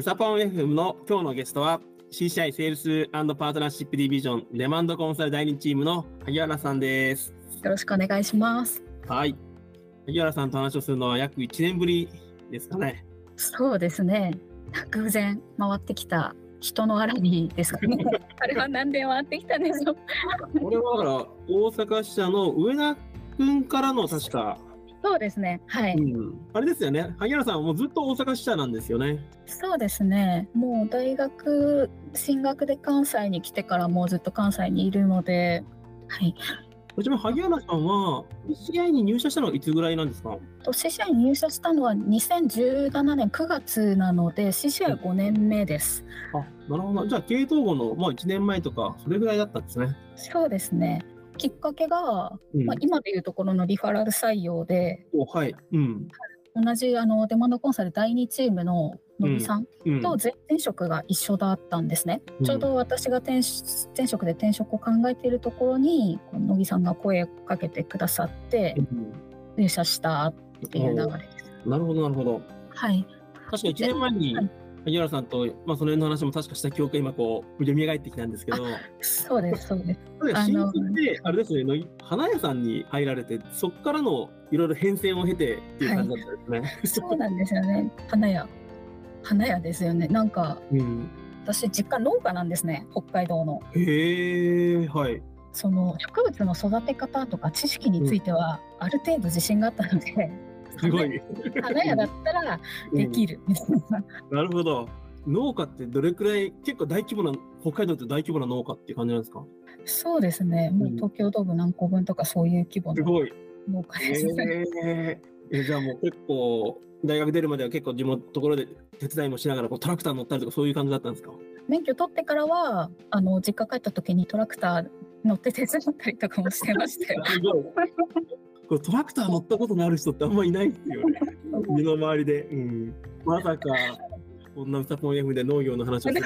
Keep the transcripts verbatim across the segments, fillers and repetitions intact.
サポン エフエム の今日のゲストは シーシーアイ セールス&パートナーシップディビジョンデマンドコンサル第二チームの萩原さんです。 よろしくお願いします。 はい。萩原さんと話をするのは約いちねんぶりですかね。 そうですね。偶然回ってきた人のあらびですかね。あれは何で回ってきたんですよ。 これはだから大阪支社の上田君からの確か。 そうですね。はい。 うん、あれですよね。萩原さんはもうずっと大阪支社なんですよね。 そうですね。もう大学進学で関西に来てからもうずっと関西にいるので、はい。 ちなみに萩原さんは シーシーアイ に入社したのはいつぐらいなんですか？ シーシーアイ に入社したのはにせんじゅうななねんくがつなので シーシーアイ ごねんめです。 あ、なるほど。じゃあ系統後の、まあ、いちねんまえとかそれぐらいだったんですね。 そうですね。きっかけが、 うんまあ、今でいうところのリファラル採用で、 おはい、うん、 同じあのデマンドコンサルだいにチームの乃木さんと前転職が一緒だったんですね。うん、ちょうど私が転前職で転職を考えているところに乃木さんが声をかけてくださって入社したっていう流れです。 なるほどなるほど。 はい。 確かいちねんまえに萩原さんと、まあ、その辺の話も確かした記憶が今こう蘇ってきたんですけど。 そうですそうです。 あのであれですね、花屋さんに入られてそこからのいろいろ変遷を経てっていう感じだったんですね。はい、 そうなんですよね。花屋花屋ですよね。なんか、うん、私実家農家なんですね、北海道の。 へえ、はい。 その植物の育て方とか知識についてはある程度自信があったので、 うん、すごい。 花屋だったらできるみたいな。 なるほど。農家ってどれくらい結構大規模な北海道って大規模な農家っていう感じなんですか？ そうですね。もう東京ドーム何個分とかそういう規模の農家ですね。 えー、じゃあもう結構大学出るまでは結構地元ところで手伝いもしながらこうトラクター乗ったりとかそういう感じだったんですか？ 免許取ってからはあの実家帰った時にトラクター乗って手伝ったりとかもしてましたよ。 これトラクター乗ったことのある人ってあんまりいないですよね。身の回りで、うん、まさかこんなサポン エフ で農業の話をする。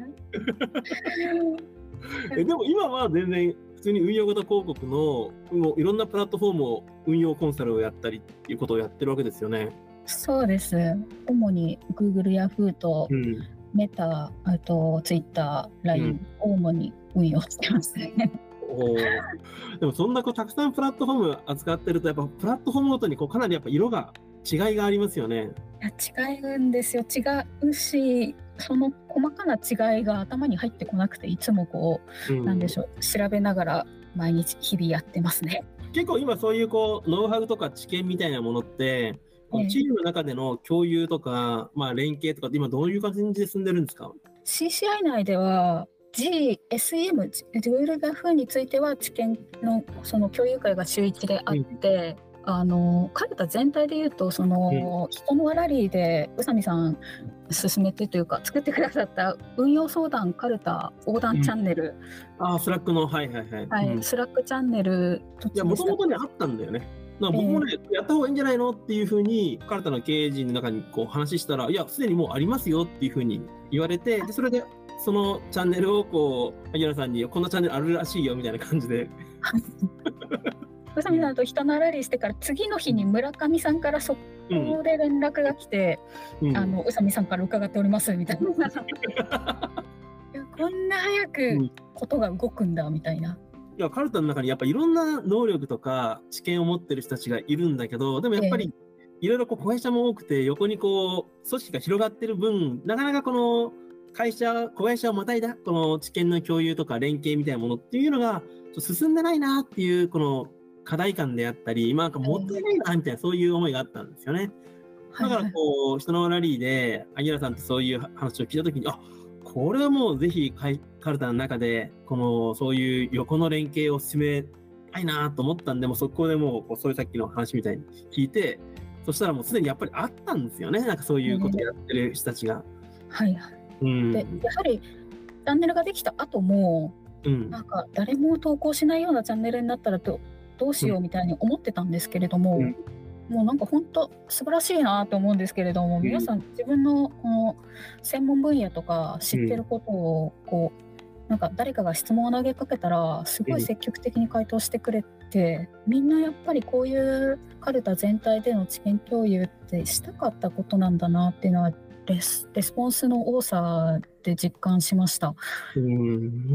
えでも今は全然普通に運用型広告のもういろんなプラットフォームを運用コンサルをやったりっていうことをやってるわけですよね。 そうです。主に Google、Yahoo と、うん、メタ、あと Twitter、ライン、うん、を主に運用してますね。 おでもそんなこうたくさんプラットフォーム扱ってるとやっぱプラットフォームごとにこうかなりやっぱ色が違いがありますよね。 いや違うんですよ。違うし、その細かな違いが頭に入ってこなくていつもこう、うん、なんでしょう調べながら毎日日々やってますね。 結構今そういうこうノウハウとか知見みたいなものってこうチームの中での共有とか、まあ、連携とかって今どういう感じで進んでるんですか？ シーシーアイ 内では ジーエスイーエム、Google が風については知見のその共有会が週一であって、うん、あのカルタ全体でいうとその、うん、人のラリーで宇佐美さん進めてというか作ってくださった運用相談カルタ横断チャンネル、 うん、ああスラックのはいはいはい、 はいうん、スラックチャンネルいやもともとねあったんだよね。なんか僕もね、えー、やった方がいいんじゃないのっていうふうにカルタの経営陣の中にこう話したらいやすでにもうありますよっていうふうに言われてでそれでそのチャンネルをこう萩原さんにこんなチャンネルあるらしいよみたいな感じで宇佐美さんと人のラリーしてから次の日に村上さんからそこで連絡が来て、うん、あの宇佐美さんから伺っておりますみたいな、うん、いやこんな早くことが動くんだみたいな。 いやカルタの中にやっぱいろんな能力とか知見を持ってる人たちがいるんだけどでもやっぱりいろいろこう子会社も多くて横にこう組織が広がってる分なかなかこの会社子会社をまたいだこの知見の共有とか連携みたいなものっていうのが進んでないなっていうこの課題感であったり今なんかもったいないなみたいなそういう思いがあったんですよね。だからこう人のラリーで萩原さんとそういう話を聞いた時にあこれはもうぜひカルタの中でこのそういう横の連携を進めたいなと思ったんでもそこでもうそういうさっきの話みたいに聞いてそしたらもうすでにやっぱりあったんですよねなんかそういうことをやってる人たちが。 はいはい、うん、でやはりチャンネルができた後も、うん、なんか誰も投稿しないようなチャンネルになったらどどうしようみたいに思ってたんですけれども、うん、もうなんか本当素晴らしいなと思うんですけれども、うん、皆さん自分のこの専門分野とか知ってることをこう、うん、なんか誰かが質問を投げかけたらすごい積極的に回答してくれて、うん、みんなやっぱりこういうカルタ全体での知見共有ってしたかったことなんだなっていうのはレス、レスポンスの多さで実感しました。 うん、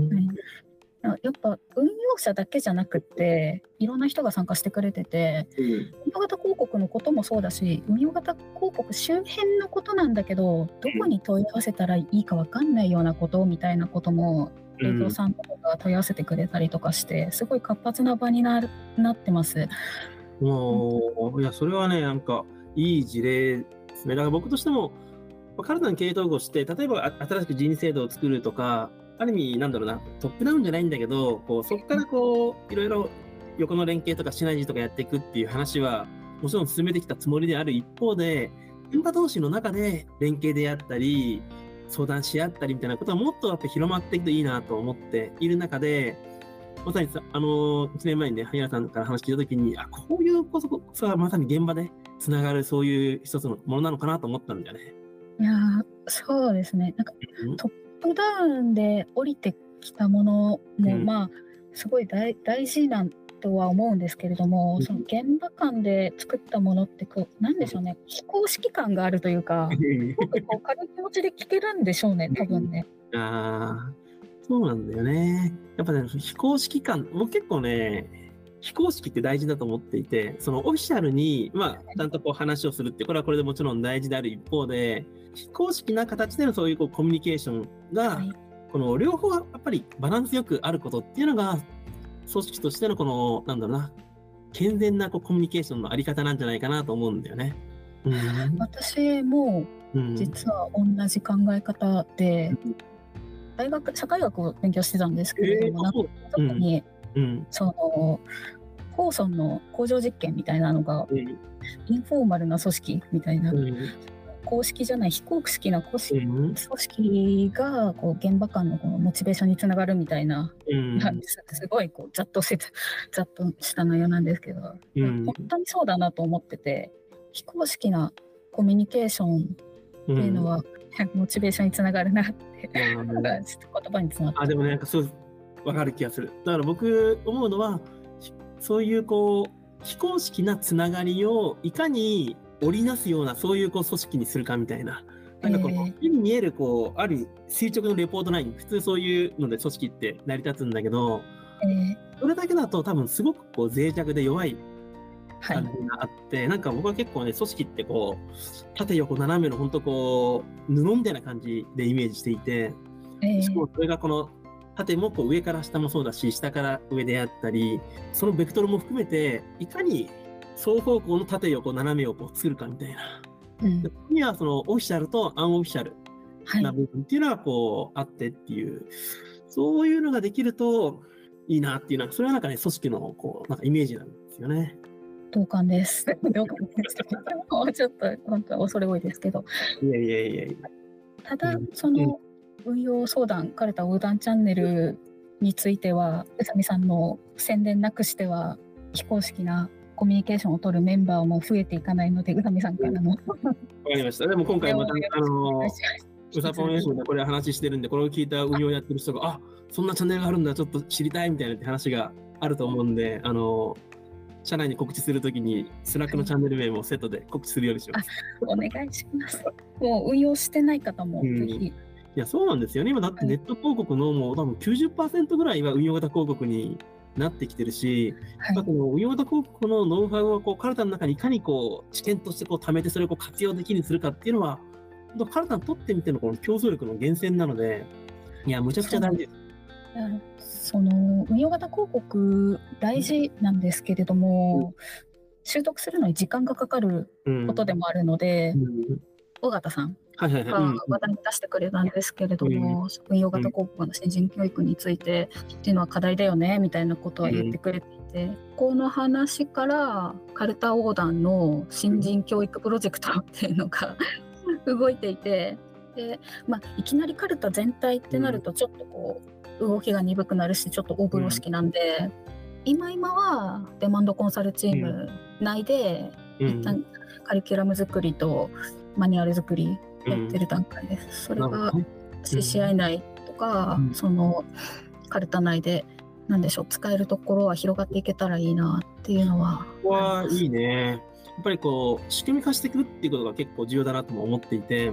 はい、やっぱ運用者だけじゃなくていろんな人が参加してくれてて、うん、運用型広告のこともそうだし、運用型広告周辺のことなんだけど、どこに問い合わせたらいいか分かんないようなことみたいなことも営業さんとかが問い合わせてくれたりとかして、すごい活発な場に な, なってます。 もう、いや、それはね、なんかいい事例ですね。だから僕としてもカルタの経営統合して、例えば新しく人事制度を作るとか、ある意味、なんだろうな、トップダウンじゃないんだけど、こうそこからこういろいろ横の連携とかシナジーとかやっていくっていう話は、もちろん進めてきたつもりである一方で、現場同士の中で連携であったり、相談し合ったりみたいなことはもっとやっぱ広まっていくといいなと思っている中で、まさにさ、あの、いちねんまえにね、萩原さんから話聞いたときに、あ、こういうことがまさに現場でつながる、そういう一つのものなのかなと思ったんだよね。 いやそうですね。なんか、うん、トップダウンで降りてきたものも、うん、まあすごい 大, 大事なとは思うんですけれども、うん、その現場間で作ったものってこうなんでしょうね、非公式感があるというか、こう軽い気持ちで聞けるんでしょうね、多分ね。 ああ、そうなんだよね。やっぱね、非公式感、僕結構ね、非公式って大事だと思っていて、そのオフィシャルに、まあ、ちゃんとこう話をするって、これはこれでもちろん大事である一方で、非公式な形でのそういうこうコミュニケーションが、はい、この両方やっぱりバランスよくあることっていうのが、組織としてのこの、なんだろうな、健全なこうコミュニケーションのあり方なんじゃないかなと思うんだよね。 うん、私も実は同じ考え方で、うん、大学、社会学を勉強してたんですけれども、えー、特に、うん、そのコーソンの工場実験みたいなのが、うん、インフォーマルな組織みたいな、うん、公式じゃない非公式な組織、うん、組織がこう現場間のこのモチベーションにつながるみたいな、うん、なんですすごいこうざっとせざっとした内容なんですけど、うん、本当にそうだなと思ってて、非公式なコミュニケーションっていうのは、うん、モチベーションにつながるなって、うん、なんかちょっと言葉につながって。 あ、でもね、なんかそう分かる気がする。だから僕思うのは、そういうこう非公式なつながりをいかに織りなすようなそういうこう組織にするかみたいな、なんかこの目に見えるこうある垂直のレポートライン、普通そういうので組織って成り立つんだけど、えー、それだけだと多分すごくこう脆弱で弱い感じがあって、はい、なんか僕は結構ね、組織ってこう縦横斜めの本当こう布みたいな感じでイメージしていて、えー、しかもそれがこの縦もこう上から下もそうだし、下から上であったり、そのベクトルも含めていかに双方向の縦横斜めをこう作るかみたいな。うん、そこにはそのオフィシャルとアンオフィシャルな部分っていうのはこうあってっていう、はい、そういうのができるといいなっていうのは、それはなんかね、組織のこうなんかイメージなんですよね。 同感です。同感です。もうちょっと本当は恐れ多いですけど。 いやいやいやいや。 ただ、その運用相談、カルタ横断チャンネルについては、宇佐美さんの宣伝なくしては非公式なコミュニケーションを取るメンバーも増えていかないので、宇佐美さんからも。わかりました。でも今回また、あの、うさぽん F でこれ話してるんで、これを聞いた運用やってる人が、あ、そんなチャンネルがあるんだ、ちょっと知りたいみたいな話があると思うんで、あの、社内に告知するときに、スラックのチャンネル名もセットで告知するようにします。 お願いします。もう運用してない方もぜひ。 うん、いや、そうなんですよね。今だってネット広告のもう多分 きゅうじゅっパーセント ぐらいは運用型広告になってきてるし、はい、あと運用型広告のノウハウをこうカルタの中にいかにこう知見としてこう貯めてそれをこう活用できるようにするかっていうのは、カルタにとってみてのこの競争力の源泉なので、いや、むちゃくちゃ大事です。 その運用型広告大事なんですけれども、うん、習得するのに時間がかかることでもあるので、うんうん、尾形さんが話題に出してくれたんですけれども、うん、運用型広告の新人教育についてっていうのは課題だよねみたいなことは言ってくれていて、うん、この話からカルタ横断の新人教育プロジェクトっていうのが動いていて、で、まあ、いきなりカルタ全体ってなるとちょっとこう動きが鈍くなるし、ちょっと大風呂敷なんで、うん、今今はデマンドコンサルチーム内で、うん、一旦カリキュラム作りとマニュアル作りやってる段階です。うん、それが シーシーアイ 内とか、うん、そのカルタ内で何でしょう、使えるところは広がっていけたらいいなっていうのは。 ここはいいね。やっぱりこう仕組み化していくっていうことが結構重要だなとも思っていて、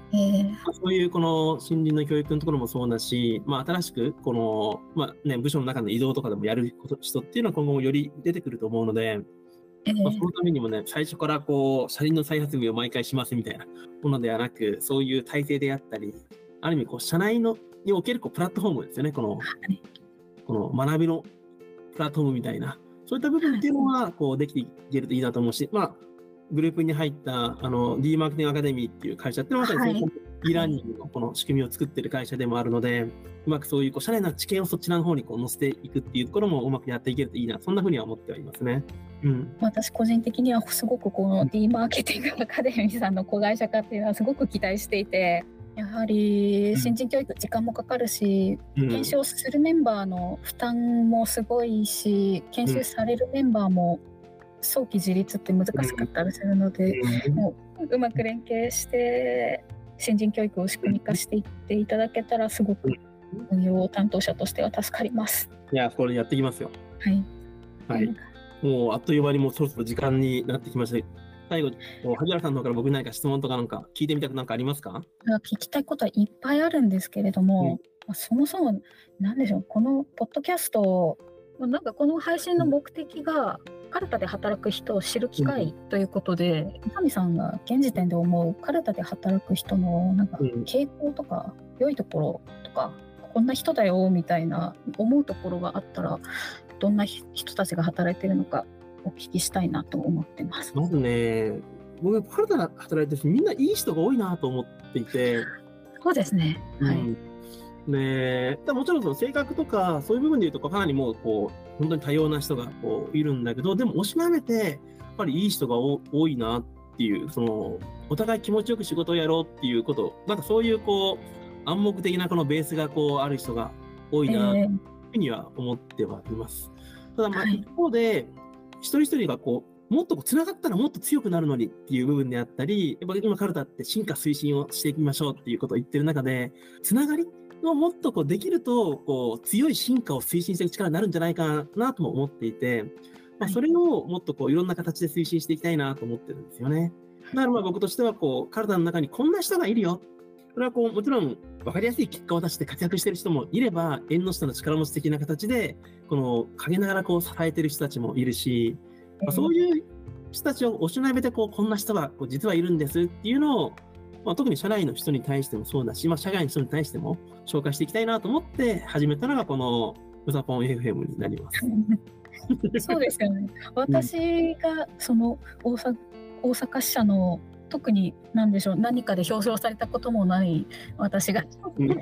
えー、 そういうこの新人の教育のところもそうだし、まあ、新しくこの、まあね、部署の中の移動とかでもやる人っていうのは今後もより出てくると思うので、えーまあ、そのためにもね、最初からこう車輪の再発明を毎回しますみたいなものではなく、そういう体制であったり、ある意味こう社内のにおけるこうプラットフォームですよね、この、はい、この学びのプラットフォームみたいな、そういった部分っていうのはこうできていけるといいなと思うし、まあグループに入ったあの D マーケティングアカデミーっていう会社っていうのはまさに e ラーニングのこの仕組みを作ってる会社でもあるので、うまくそういうこう社内の知見をそちらの方にこう載せていくっていうところもうまくやっていけるといいな、そんなふうには思ってはいますね。うん、 私個人的にはすごくこの D マーケティングアカデミーさんの子会社化っていうのはすごく期待していて、やはり新人教育時間もかかるし、うん、研修をするメンバーの負担もすごいし、研修されるメンバーも早期自立って難しかったりするので、うん、もううまく連携して新人教育を仕組み化していっていただけたらすごく運用担当者としては助かります。 いや、これやっていきますよ。 はい、 はい、もうあっという間にもうそろそろ時間になってきました。最後、萩原さんの方から僕に何か質問とかなんか聞いてみたくなんかありますか？ 聞きたいことはいっぱいあるんですけれども、うん、そもそも何でしょう、このポッドキャスト、なんかこの配信の目的がカルタで働く人を知る機会ということで、三上さんが現時点で思うカルタで働く人のなんか傾向とか、うん、良いところとか、こんな人だよみたいな思うところがあったら、どんな人たちが働いているのかお聞きしたいなと思ってます。 まずね、僕カルタで働いてる人みんないい人が多いなと思っていて。 そうですね、はい、 うんね、もちろんその性格とかそういう部分でいうとかなりもうこう本当に多様な人がこういるんだけど、でもおしなべてやっぱりいい人が多いなっていう、そのお互い気持ちよく仕事をやろうっていうこと、なんかそういうこう暗黙的なこのベースがこうある人が多いなというふうには思ってはいます。えー、ただまあ一方で、はい、一人一人がこうもっとつながったらもっと強くなるのにっていう部分であったり、やっぱ今カルタって進化推進をしていきましょうっていうことを言ってる中で、つながりをもっとこうできるとこう強い進化を推進していく力になるんじゃないかなとも思っていて、まあ、それをもっとこういろんな形で推進していきたいなと思ってるんですよね。だからまあ僕としてはこうカルタの中にこんな人がいるよ。これはこうもちろん分かりやすい結果を出して活躍している人もいれば、縁の下の力持ち的な形でこの陰ながらこう支えている人たちもいるし、まあ、そういう人たちをおしなべてこうこんな人がこう実はいるんですっていうのを、まあ、特に社内の人に対してもそうだし、まあ、社外の人に対しても紹介していきたいなと思って始めたのがこのうさぽん エフエム になります。 そうですよね。私がその大阪、大阪支社の特に何でしょう、何かで表彰されたこともない私がそうなの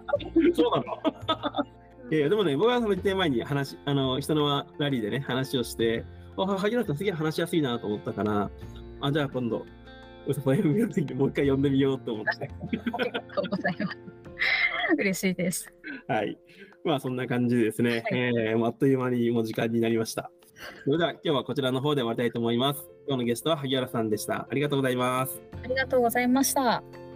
いやでもね、僕はそのいちねんまえに話あの人のラリーでね話をして、あ、萩原さんすげえ話しやすいなと思ったから、あ、じゃあ今度うさぽん エフエム の時にもう一回呼んでみようと思って。 ありがとうございます。嬉しいです。 はい。まあそんな感じでですね、はい、えー、あっという間にもう時間になりました。それでは今日はこちらの方で終わりたいと思います。今日のゲストは萩原さんでした。ありがとうございます。 ありがとうございました。